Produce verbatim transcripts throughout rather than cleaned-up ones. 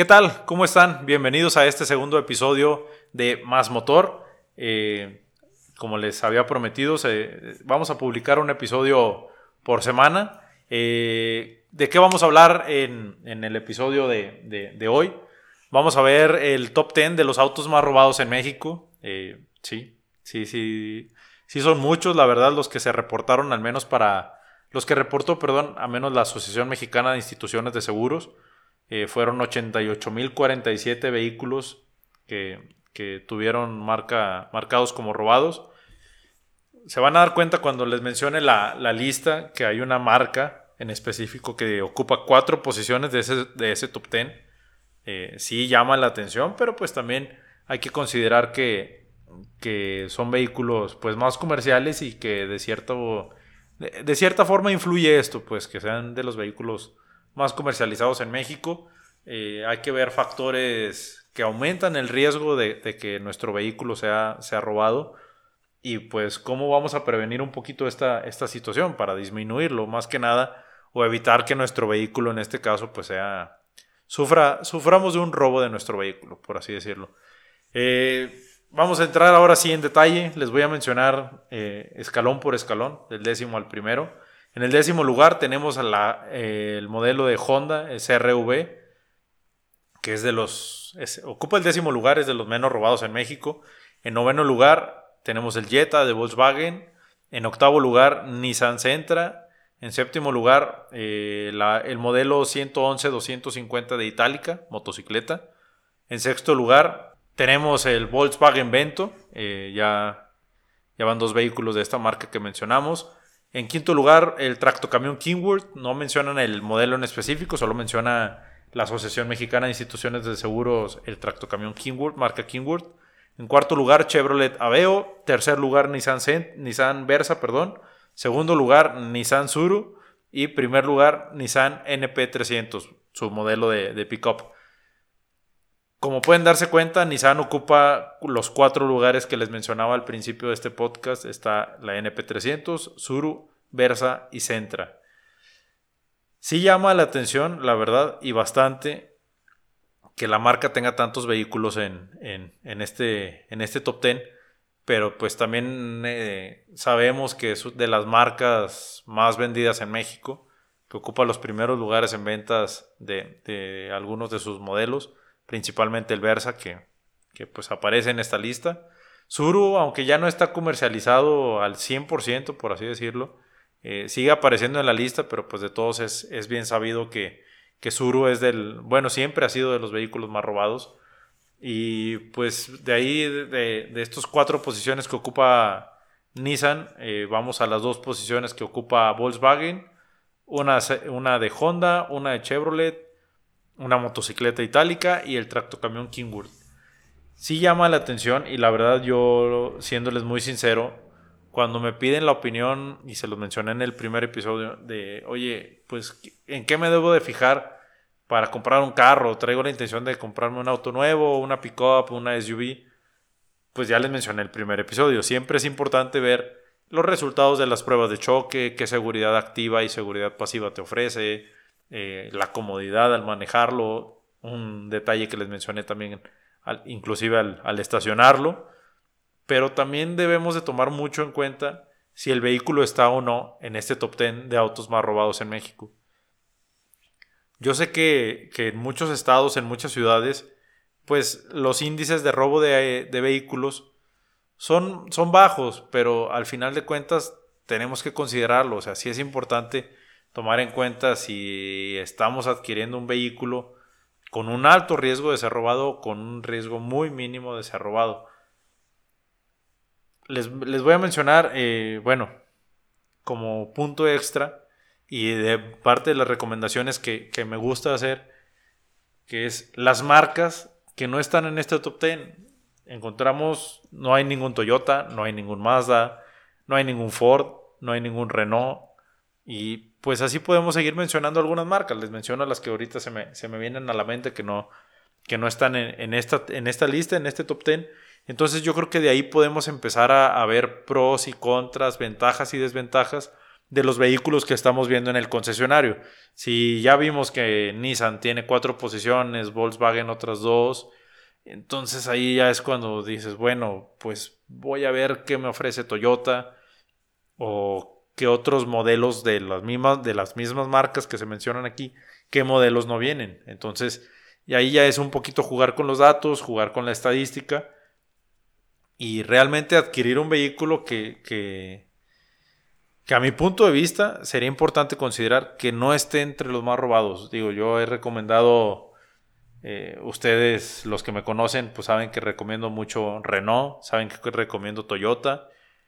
¿Qué tal? ¿Cómo están? Bienvenidos a este segundo episodio de Más Motor. Eh, como les había prometido, se, vamos a publicar un episodio por semana. Eh, ¿De qué vamos a hablar en, en el episodio de, de, de hoy? Vamos a ver el top diez de los autos más robados en México. Eh, sí, sí, sí. Sí son muchos, la verdad, los que se reportaron, al menos para... Los que reportó, perdón, al menos la Asociación Mexicana de Instituciones de Seguros. Eh, fueron ochenta y ocho mil cuarenta y siete vehículos que, que tuvieron marca, marcados como robados. Se van a dar cuenta cuando les mencione la, la lista que hay una marca en específico que ocupa cuatro posiciones de ese, de ese top diez. Eh, sí llama la atención, pero pues también hay que considerar que, que son vehículos pues más comerciales y que de, cierto, de, de cierta forma influye esto, pues que sean de los vehículos más comercializados en México. Eh, hay que ver factores que aumentan el riesgo de, de que nuestro vehículo sea, sea robado y pues cómo vamos a prevenir un poquito esta, esta situación para disminuirlo más que nada o evitar que nuestro vehículo en este caso pues sea sufra, suframos de un robo de nuestro vehículo, por así decirlo. Eh, vamos a entrar ahora sí en detalle. Les voy a mencionar eh, escalón por escalón, del décimo al primero. En el décimo lugar tenemos a la, eh, el modelo de Honda C R V, que es de los es, ocupa el décimo lugar, es de los menos robados en México. En noveno lugar tenemos el Jetta de Volkswagen. En octavo lugar Nissan Sentra. En séptimo lugar eh, la, el modelo ciento once doscientos cincuenta de Itálica, motocicleta. En sexto lugar tenemos el Volkswagen Vento, eh, ya, ya van dos vehículos de esta marca que mencionamos. En quinto lugar, el tractocamión Kenworth. No mencionan el modelo en específico, solo menciona la Asociación Mexicana de Instituciones de Seguros el tractocamión Kenworth, marca Kenworth. En cuarto lugar, Chevrolet Aveo. Tercer lugar, Nissan, Cent- Nissan Versa, perdón. Segundo lugar, Nissan Tsuru. Y primer lugar, Nissan N P trescientos, su modelo de, de pickup. Como pueden darse cuenta, Nissan ocupa los cuatro lugares que les mencionaba al principio de este podcast. Está la N P trescientos, Tsuru, Versa y Sentra. Sí llama la atención, la verdad, y bastante, que la marca tenga tantos vehículos en, en, en, este, en este top diez. Pero pues también eh, sabemos que es de las marcas más vendidas en México, que ocupa los primeros lugares en ventas de, de algunos de sus modelos. Principalmente el Versa, que, que pues aparece en esta lista. Tsuru, aunque ya no está comercializado al cien por ciento, por así decirlo, eh, sigue apareciendo en la lista, pero pues de todos es, es bien sabido que, que Tsuru es del, bueno, siempre ha sido de los vehículos más robados. Y pues de ahí, de, de estas cuatro posiciones que ocupa Nissan, eh, vamos a las dos posiciones que ocupa Volkswagen, una, una de Honda, una de Chevrolet, una motocicleta itálica y el tractocamión Kenworth. Sí llama la atención y la verdad yo, siéndoles muy sincero, cuando me piden la opinión, y se los mencioné en el primer episodio, de oye, pues ¿en qué me debo de fijar para comprar un carro? Traigo la intención de comprarme un auto nuevo, una pick-up, una S U V. Pues ya les mencioné el primer episodio. Siempre es importante ver los resultados de las pruebas de choque, qué seguridad activa y seguridad pasiva te ofrece, Eh, la comodidad al manejarlo, un detalle que les mencioné también al, inclusive al, al estacionarlo, pero también debemos de tomar mucho en cuenta si el vehículo está o no en este top diez de autos más robados en México. Yo sé que, que en muchos estados, en muchas ciudades, pues los índices de robo de, de vehículos son, son bajos, pero al final de cuentas tenemos que considerarlo. O sea, sí es importante tomar en cuenta si estamos adquiriendo un vehículo con un alto riesgo de ser robado o con un riesgo muy mínimo de ser robado. Les, les voy a mencionar, eh, bueno, como punto extra y de parte de las recomendaciones que, que me gusta hacer, que es las marcas que no están en este top diez. Encontramos, no hay ningún Toyota, no hay ningún Mazda, no hay ningún Ford, no hay ningún Renault. Y pues así podemos seguir mencionando algunas marcas. Les menciono las que ahorita se me, se me vienen a la mente que no, que no están en, en, esta, en esta lista, en este top diez. Entonces yo creo que de ahí podemos empezar a, a ver pros y contras, ventajas y desventajas de los vehículos que estamos viendo en el concesionario. Si ya vimos que Nissan tiene cuatro posiciones, Volkswagen otras dos, entonces ahí ya es cuando dices, bueno, pues voy a ver qué me ofrece Toyota o qué otros modelos de las mismas, de las mismas marcas que se mencionan aquí, qué modelos no vienen. Entonces, y ahí ya es un poquito jugar con los datos, jugar con la estadística y realmente adquirir un vehículo que, que, que a mi punto de vista sería importante considerar que no esté entre los más robados. Digo, yo he recomendado, eh, ustedes los que me conocen pues saben que recomiendo mucho Renault, saben que recomiendo Toyota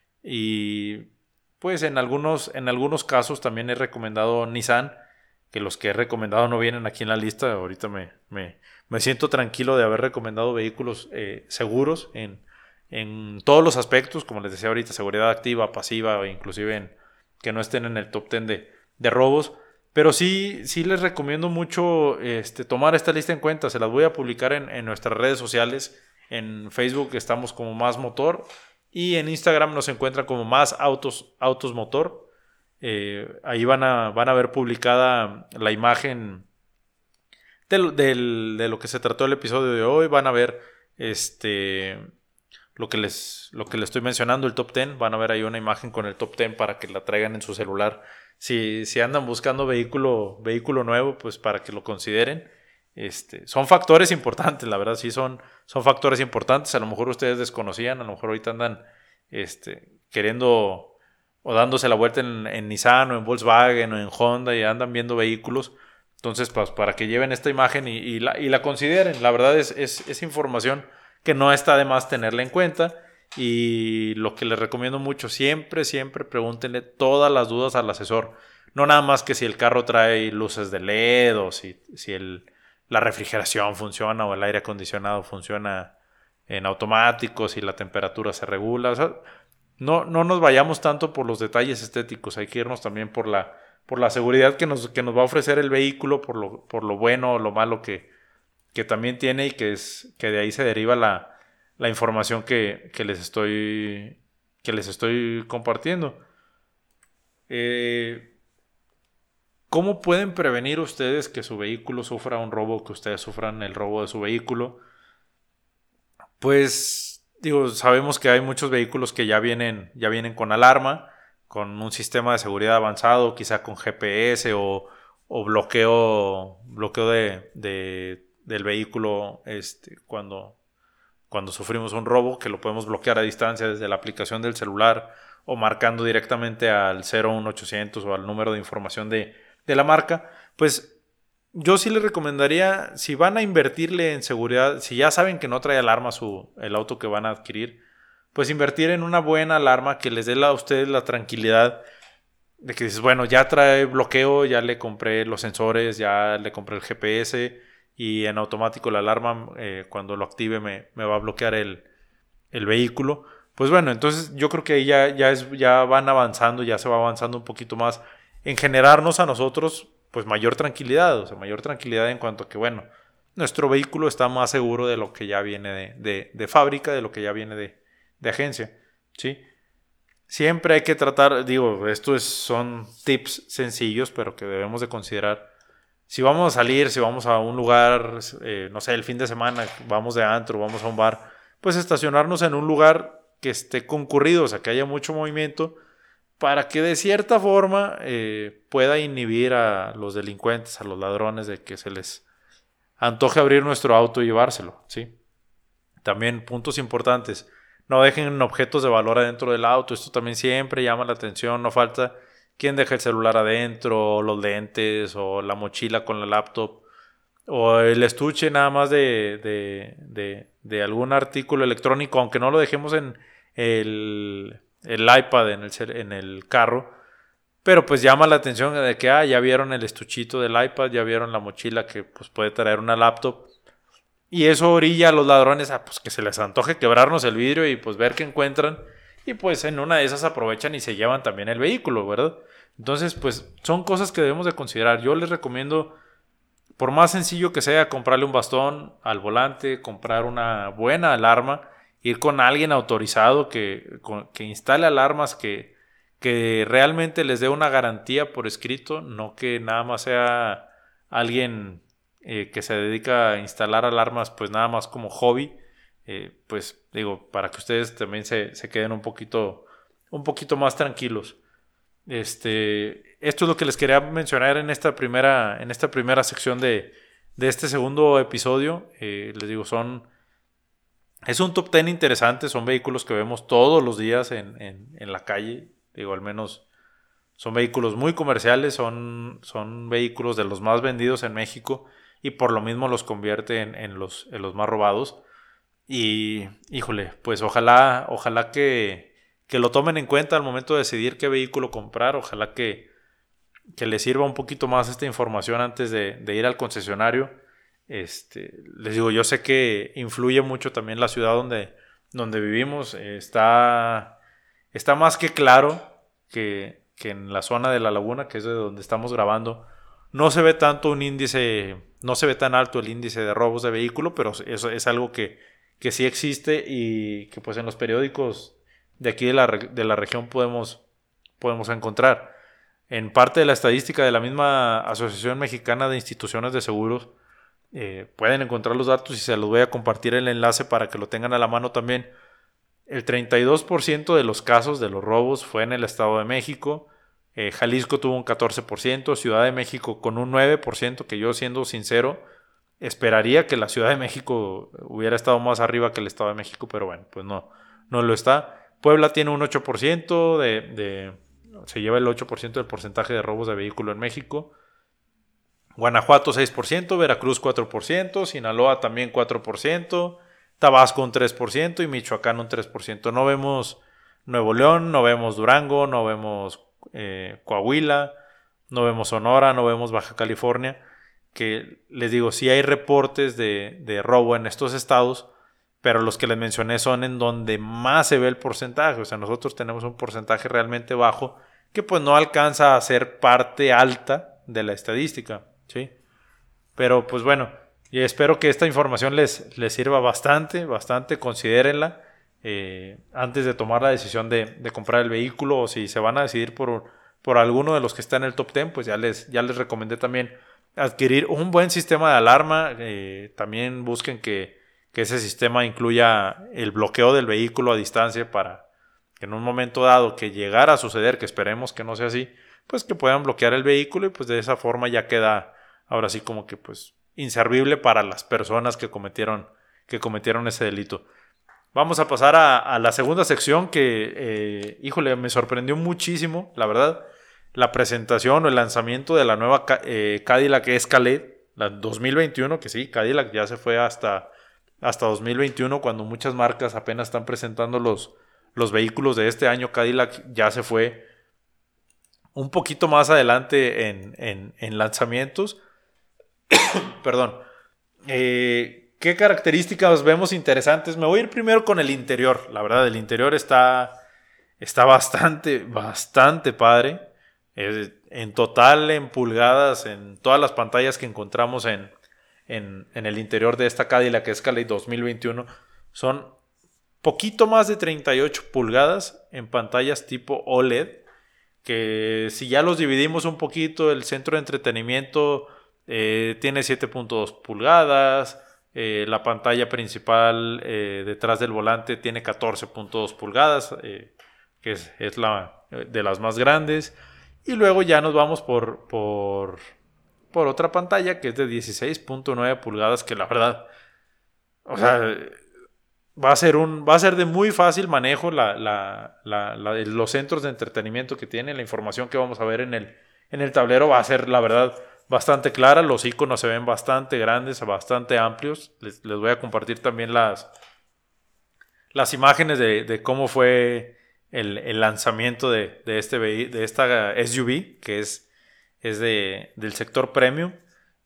y pues en algunos, en algunos casos también he recomendado Nissan, que los que he recomendado no vienen aquí en la lista. Ahorita me, me, me siento tranquilo de haber recomendado vehículos eh, seguros en, en todos los aspectos, como les decía ahorita, seguridad activa, pasiva, o inclusive en, que no estén en el top diez de, de robos. Pero sí, sí les recomiendo mucho este, tomar esta lista en cuenta. Se las voy a publicar en, en nuestras redes sociales. En Facebook estamos como Más Motor y en Instagram nos encuentran como Más Autos, Autos Motor. Eh, ahí van a, van a ver publicada la imagen del, del, de lo que se trató el episodio de hoy. Van a ver este, lo, que les, lo que les estoy mencionando, el top diez. Van a ver ahí una imagen con el top diez para que la traigan en su celular. Si, si andan buscando vehículo, vehículo nuevo, pues para que lo consideren. Este, son factores importantes, la verdad, sí son, son factores importantes. A lo mejor ustedes desconocían, a lo mejor ahorita andan este, queriendo o dándose la vuelta en, en Nissan o en Volkswagen o en Honda y andan viendo vehículos. Entonces, pues para que lleven esta imagen y, y, la, y la consideren. La verdad es, es, es información que no está de más tenerla en cuenta. Y lo que les recomiendo mucho, siempre, siempre pregúntenle todas las dudas al asesor. No nada más que si el carro trae luces de L E D o si, si el, la refrigeración funciona o el aire acondicionado funciona en automático, si la temperatura se regula. O sea, no, no nos vayamos tanto por los detalles estéticos, hay que irnos también por la, por la seguridad que nos, que nos va a ofrecer el vehículo, por lo, por lo bueno o lo malo que, que también tiene y que, es, que de ahí se deriva la, la información que, que, les estoy, que les estoy compartiendo. Eh, ¿Cómo pueden prevenir ustedes que su vehículo sufra un robo, que ustedes sufran el robo de su vehículo? Pues digo, sabemos que hay muchos vehículos que ya vienen, ya vienen con alarma, con un sistema de seguridad avanzado, quizá con G P S o, o bloqueo, bloqueo de, de, del vehículo este, cuando, cuando sufrimos un robo, que lo podemos bloquear a distancia desde la aplicación del celular o marcando directamente al cero uno ochocientos o al número de información de, de la marca. Pues yo sí les recomendaría, si van a invertirle en seguridad, si ya saben que no trae alarma su, el auto que van a adquirir, pues invertir en una buena alarma que les dé a ustedes la tranquilidad de que dices, bueno, ya trae bloqueo, ya le compré los sensores, ya le compré el G P S y en automático la alarma eh, cuando lo active me, me va a bloquear el, el vehículo. Pues bueno, entonces yo creo que ahí ya, ya, es, ya van avanzando, ya se va avanzando un poquito más en generarnos a nosotros pues mayor tranquilidad, o sea, mayor tranquilidad en cuanto a que, bueno, nuestro vehículo está más seguro de lo que ya viene de, de, de fábrica, de lo que ya viene de, de agencia, ¿sí? Siempre hay que tratar, digo, estos son tips sencillos, pero que debemos de considerar. Si vamos a salir, si vamos a un lugar, eh, no sé, el fin de semana, vamos de antro, vamos a un bar, pues estacionarnos en un lugar que esté concurrido, o sea, que haya mucho movimiento, para que de cierta forma eh, pueda inhibir a los delincuentes, a los ladrones, de que se les antoje abrir nuestro auto y llevárselo, ¿sí? También puntos importantes, no dejen objetos de valor adentro del auto, esto también siempre llama la atención, no falta quien deja el celular adentro, los lentes, o la mochila con la laptop, o el estuche nada más de, de, de, de algún artículo electrónico, aunque no lo dejemos en el... el iPad en el, en el carro, pero pues llama la atención de que ah, ya vieron el estuchito del iPad, ya vieron la mochila que pues puede traer una laptop, y eso orilla a los ladrones a pues que se les antoje quebrarnos el vidrio y pues ver qué encuentran, y pues en una de esas aprovechan y se llevan también el vehículo, ¿verdad? Entonces pues son cosas que debemos de considerar. Yo les recomiendo, por más sencillo que sea, comprarle un bastón al volante, comprar una buena alarma, ir con alguien autorizado que, que instale alarmas que, que realmente les dé una garantía por escrito, no que nada más sea alguien eh, que se dedica a instalar alarmas pues nada más como hobby. Eh, pues digo, para que ustedes también se, se queden un poquito, un poquito más tranquilos. Este, esto es lo que les quería mencionar en esta primera, en esta primera sección de, de este segundo episodio. Eh, les digo, son es un top diez interesante, son vehículos que vemos todos los días en, en, en la calle. Digo, al menos son vehículos muy comerciales, son, son vehículos de los más vendidos en México y por lo mismo los convierte en, en, los, en los más robados. Y, híjole, pues ojalá, ojalá que, que lo tomen en cuenta al momento de decidir qué vehículo comprar. Ojalá que, que les sirva un poquito más esta información antes de, de ir al concesionario. Este, les digo, yo sé que influye mucho también la ciudad donde, donde vivimos. Eh, está, está más que claro que, que en la zona de La Laguna, que es de donde estamos grabando, no se ve tanto un índice, no se ve tan alto el índice de robos de vehículo, pero eso es algo que, que sí existe y que pues en los periódicos de aquí de la, de la región podemos, podemos encontrar. En parte de la estadística de la misma Asociación Mexicana de Instituciones de Seguros, eh, pueden encontrar los datos y se los voy a compartir el enlace para que lo tengan a la mano también. El treinta y dos por ciento de los casos de los robos fue en el Estado de México. Eh, Jalisco tuvo un catorce por ciento, Ciudad de México con un nueve por ciento, que yo siendo sincero esperaría que la Ciudad de México hubiera estado más arriba que el Estado de México, pero bueno, pues no, no lo está. Puebla tiene un ocho por ciento, de, de, se lleva el ocho por ciento del porcentaje de robos de vehículo en México. Guanajuato seis por ciento, Veracruz cuatro por ciento, Sinaloa también cuatro por ciento, Tabasco un tres por ciento y Michoacán un tres por ciento. No vemos Nuevo León, no vemos Durango, no vemos eh, Coahuila, no vemos Sonora, no vemos Baja California, que les digo, sí hay reportes de, de robo en estos estados, pero los que les mencioné son en donde más se ve el porcentaje. O sea, nosotros tenemos un porcentaje realmente bajo que pues no alcanza a ser parte alta de la estadística, ¿sí? Pero pues bueno, y espero que esta información les, les sirva bastante, bastante, considérenla eh, antes de tomar la decisión de, de comprar el vehículo, o si se van a decidir por, por alguno de los que está en el top diez, pues ya les, ya les recomendé también adquirir un buen sistema de alarma. Eh, también busquen que, que ese sistema incluya el bloqueo del vehículo a distancia para que en un momento dado que llegara a suceder, que esperemos que no sea así, pues que puedan bloquear el vehículo y pues de esa forma ya queda ahora sí como que pues inservible para las personas que cometieron, que cometieron ese delito. Vamos a pasar a, a la segunda sección que, eh, híjole, me sorprendió muchísimo, la verdad. La presentación o el lanzamiento de la nueva eh, Cadillac Escalade, la dos mil veintiuno, que sí, Cadillac ya se fue hasta, hasta dos mil veintiuno, cuando muchas marcas apenas están presentando los, los vehículos de este año. Cadillac ya se fue un poquito más adelante en, en, en lanzamientos. Perdón. Eh, ¿Qué características vemos interesantes? Me voy a ir primero con el interior. La verdad, el interior está, está bastante, bastante padre. Eh, en total, en pulgadas, en todas las pantallas que encontramos en, en, en el interior de esta Cadillac Escalade dos mil veintiuno, son poquito más de treinta y ocho pulgadas en pantallas tipo O L E D, que si ya los dividimos un poquito, el centro de entretenimiento eh, tiene siete punto dos pulgadas, eh, la pantalla principal eh, detrás del volante tiene catorce punto dos pulgadas, eh, que es, es la de las más grandes. Y luego ya nos vamos por, por, por otra pantalla que es de dieciséis punto nueve pulgadas, que la verdad, o sea, va a ser, un, va a ser de muy fácil manejo la, la, la, la, los centros de entretenimiento que tienen. La información que vamos a ver en el, en el tablero va a ser, la verdad, bastante clara. Los iconos se ven bastante grandes, bastante amplios. Les, les voy a compartir también las, las imágenes de, de cómo fue El, el lanzamiento de, de, este, de esta S U V, que es, es de, del sector premium.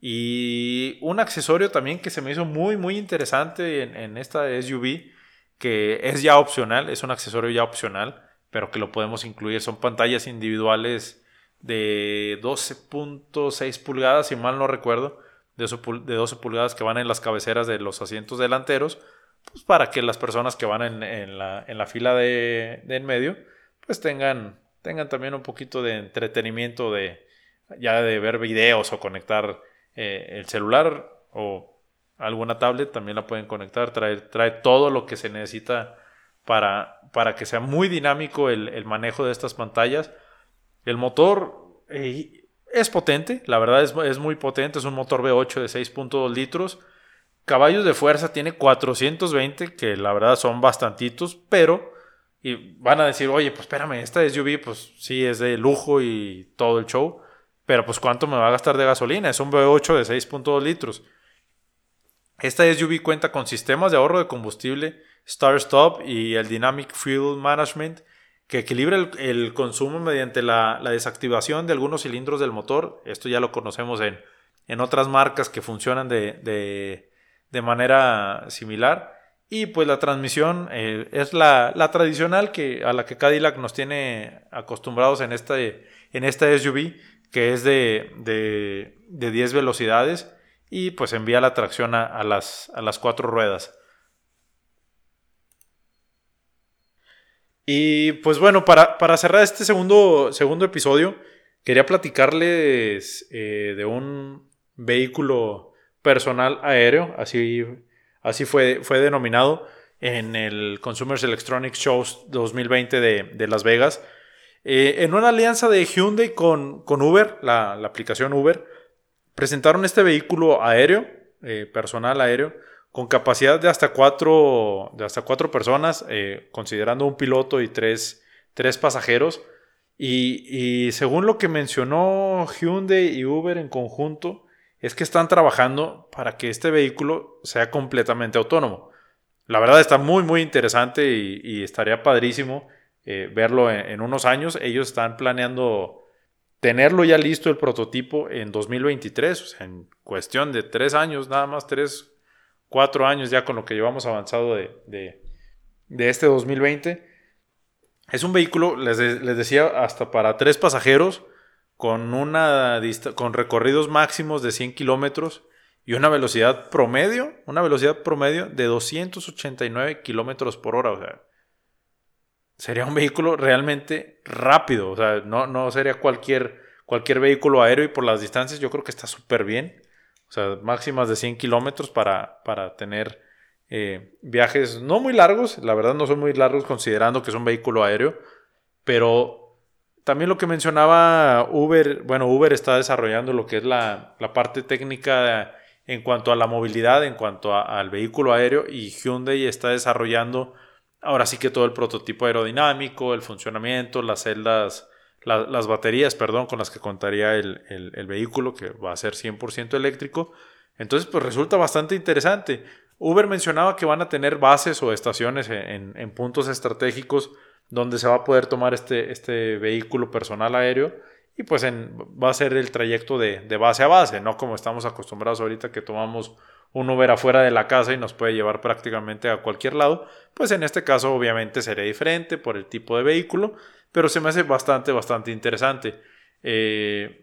Y un accesorio también que se me hizo muy muy interesante en, en esta S U V, que es ya opcional, es un accesorio ya opcional, pero que lo podemos incluir. Son pantallas individuales de doce punto seis pulgadas, si mal no recuerdo, de doce pulgadas, que van en las cabeceras de los asientos delanteros, pues para que las personas que van en, en, la, en la fila de, de en medio pues tengan, tengan también un poquito de entretenimiento de ya de ver videos o conectar eh, el celular o alguna tablet, también la pueden conectar. Trae, trae todo lo que se necesita para, para que sea muy dinámico el, el manejo de estas pantallas. El motor eh, es potente, la verdad es, es muy potente, es un motor V ocho de seis punto dos litros. Caballos de fuerza tiene cuatrocientos veinte, que la verdad son bastantitos, pero y van a decir, oye, pues espérame, esta S U V pues sí es de lujo y todo el show, pero pues ¿cuánto me va a gastar de gasolina? Es un V ocho de seis punto dos litros. Esta S U V cuenta con sistemas de ahorro de combustible, Start-Stop y el Dynamic Fuel Management, que equilibra el, el consumo mediante la, la desactivación de algunos cilindros del motor. Esto ya lo conocemos en, en otras marcas que funcionan de, de, de manera similar. Y pues la transmisión eh, es la, la tradicional que, a la que Cadillac nos tiene acostumbrados en esta, en esta S U V, que es de, de, de diez velocidades y pues envía la tracción a, a, las, a las cuatro ruedas. Y pues bueno, para, para cerrar este segundo, segundo episodio, quería platicarles eh, de un vehículo personal aéreo, así, así fue, fue denominado en el Consumer Electronics Shows dos mil veinte de, de Las Vegas. Eh, en una alianza de Hyundai con, con Uber, la, la aplicación Uber, presentaron este vehículo aéreo, eh, personal aéreo, con capacidad de hasta cuatro, de hasta cuatro personas, eh, considerando un piloto y tres, tres pasajeros. Y, y según lo que mencionó Hyundai y Uber en conjunto, es que están trabajando para que este vehículo sea completamente autónomo. La verdad está muy, muy interesante y, y estaría padrísimo eh, verlo en, en unos años. Ellos están planeando tenerlo ya listo el prototipo en dos mil veintitrés, o sea, en cuestión de tres años, nada más tres, cuatro años ya con lo que llevamos avanzado de, de, de este dos mil veinte. Es un vehículo, les, de, les decía, hasta para tres pasajeros, con, una, con recorridos máximos de cien kilómetros y una velocidad promedio, una velocidad promedio de doscientos ochenta y nueve kilómetros por hora, o sea, sería un vehículo realmente rápido, o sea, no, no sería cualquier, cualquier vehículo aéreo, y por las distancias yo creo que está súper bien. O sea, máximas de cien kilómetros para, para tener eh, viajes no muy largos. La verdad no son muy largos considerando que es un vehículo aéreo. Pero también lo que mencionaba Uber, bueno, Uber está desarrollando lo que es la, la parte técnica en cuanto a la movilidad, en cuanto a, al vehículo aéreo, y Hyundai está desarrollando ahora sí que todo el prototipo aerodinámico, el funcionamiento, las celdas, la, las baterías, perdón, con las que contaría el, el, el vehículo, que va a ser cien por ciento eléctrico. Entonces, pues resulta bastante interesante. Uber mencionaba que van a tener bases o estaciones en, en puntos estratégicos donde se va a poder tomar este, este vehículo personal aéreo, y pues en, va a ser el trayecto de, de base a base, no como estamos acostumbrados ahorita que tomamos un Uber afuera de la casa y nos puede llevar prácticamente a cualquier lado. Pues en este caso obviamente sería diferente por el tipo de vehículo, pero se me hace bastante, bastante interesante. Eh,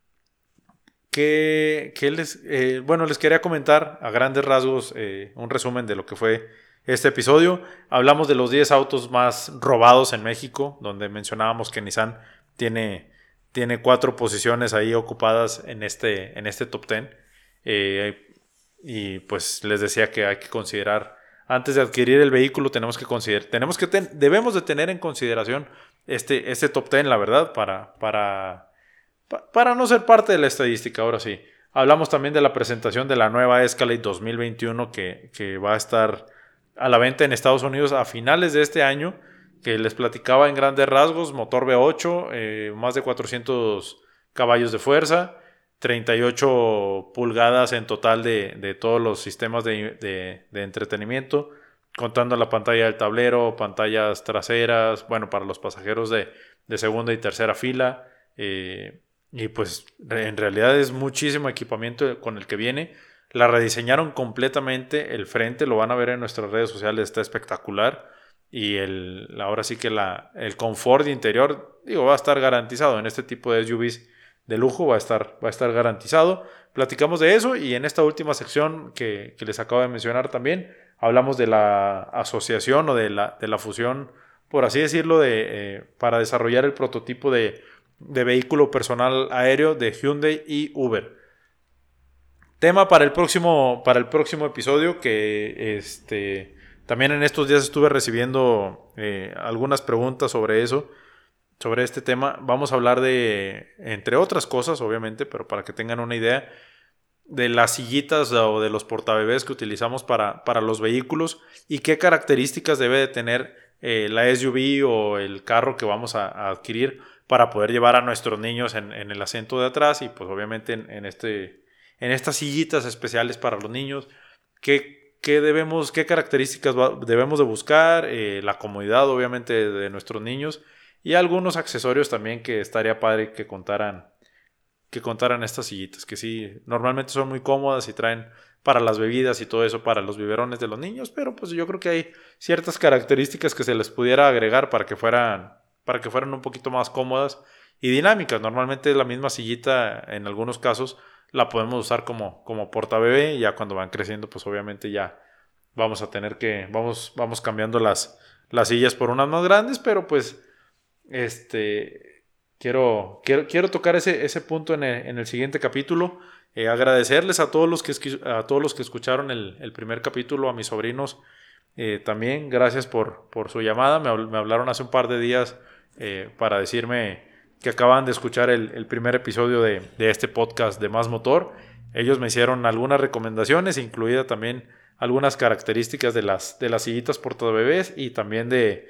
¿qué, qué les, eh, bueno, les quería comentar a grandes rasgos eh, un resumen de lo que fue este episodio. Hablamos de los diez autos más robados en México, donde mencionábamos que Nissan tiene, tiene cuatro posiciones ahí ocupadas en este, en este top diez. Eh, y pues les decía que hay que considerar, antes de adquirir el vehículo, tenemos que considerar, tenemos que ten, debemos de tener en consideración este, este top diez, la verdad, para, para, para no ser parte de la estadística. Ahora sí, hablamos también de la presentación de la nueva Escalade dos mil veintiuno que, que va a estar a la venta en Estados Unidos a finales de este año, que les platicaba en grandes rasgos: motor V ocho, eh, más de cuatrocientos caballos de fuerza, treinta y ocho pulgadas en total de, de todos los sistemas de, de, de entretenimiento, contando la pantalla del tablero, pantallas traseras, bueno, para los pasajeros de, de segunda y tercera fila, eh, y pues en realidad es muchísimo equipamiento con el que viene. La rediseñaron completamente, el frente lo van a ver en nuestras redes sociales, está espectacular, y el, ahora sí que la, el confort interior, digo, va a estar garantizado en este tipo de S U Vs de lujo, va a estar, va a estar garantizado. Platicamos de eso, y en esta última sección que, que les acabo de mencionar también, hablamos de la asociación o de la, de la fusión por así decirlo, de, eh, para desarrollar el prototipo de, de vehículo personal aéreo de Hyundai y Uber. Tema para el próximo, para el próximo episodio, que este, también en estos días estuve recibiendo eh, algunas preguntas sobre eso, sobre este tema. Vamos a hablar de, entre otras cosas, obviamente, pero para que tengan una idea, de las sillitas o de los portabebés que utilizamos para, para los vehículos y qué características debe de tener eh, la S U V o el carro que vamos a, a adquirir para poder llevar a nuestros niños en, en el asiento de atrás y pues obviamente en, en, este, en estas sillitas especiales para los niños. ¿Qué, qué, debemos, qué características va, debemos de buscar? Eh, la comodidad obviamente de, de nuestros niños y algunos accesorios también que estaría padre que contaran que contaran estas sillitas, que sí, normalmente son muy cómodas y traen para las bebidas y todo eso, para los biberones de los niños, pero pues yo creo que hay ciertas características que se les pudiera agregar para que fueran, para que fueran un poquito más cómodas y dinámicas. Normalmente la misma sillita, en algunos casos, la podemos usar como, como portabebé, y ya cuando van creciendo, pues obviamente ya vamos a tener que, vamos, vamos cambiando las, las sillas por unas más grandes, pero pues, este... Quiero, quiero, quiero tocar ese, ese punto en el, en el siguiente capítulo. Eh, agradecerles a todos los que, a todos los que escucharon el, el primer capítulo, a mis sobrinos eh, también. Gracias por, por su llamada. Me, me hablaron hace un par de días eh, para decirme que acaban de escuchar el, el primer episodio de, de este podcast de Más Motor. Ellos me hicieron algunas recomendaciones, incluida también algunas características de las, de las sillitas portabebés y también de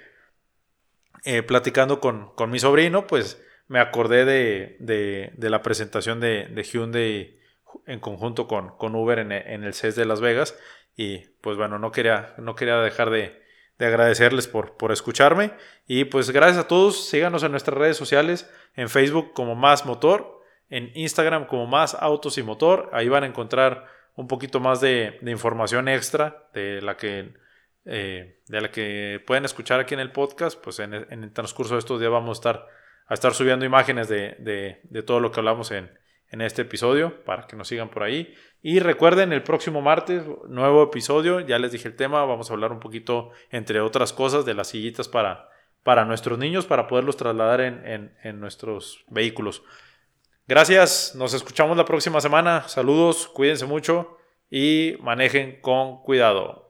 eh, platicando con, con mi sobrino, pues me acordé de, de, de la presentación de, de Hyundai en conjunto con, con Uber en, en el C E S de Las Vegas y pues bueno, no quería, no quería dejar de, de agradecerles por, por escucharme y pues gracias a todos. Síganos en nuestras redes sociales, en Facebook como Más Motor, en Instagram como Más Autos y Motor. Ahí van a encontrar un poquito más de, de información extra de la que eh, de la que pueden escuchar aquí en el podcast. Pues en, en el transcurso de estos días vamos a estar a estar subiendo imágenes de, de, de todo lo que hablamos en, en este episodio para que nos sigan por ahí. Y recuerden, el próximo martes, nuevo episodio. Ya les dije el tema, vamos a hablar un poquito, entre otras cosas, de las sillitas para, para nuestros niños, para poderlos trasladar en, en, en nuestros vehículos. Gracias, nos escuchamos la próxima semana. Saludos, cuídense mucho y manejen con cuidado.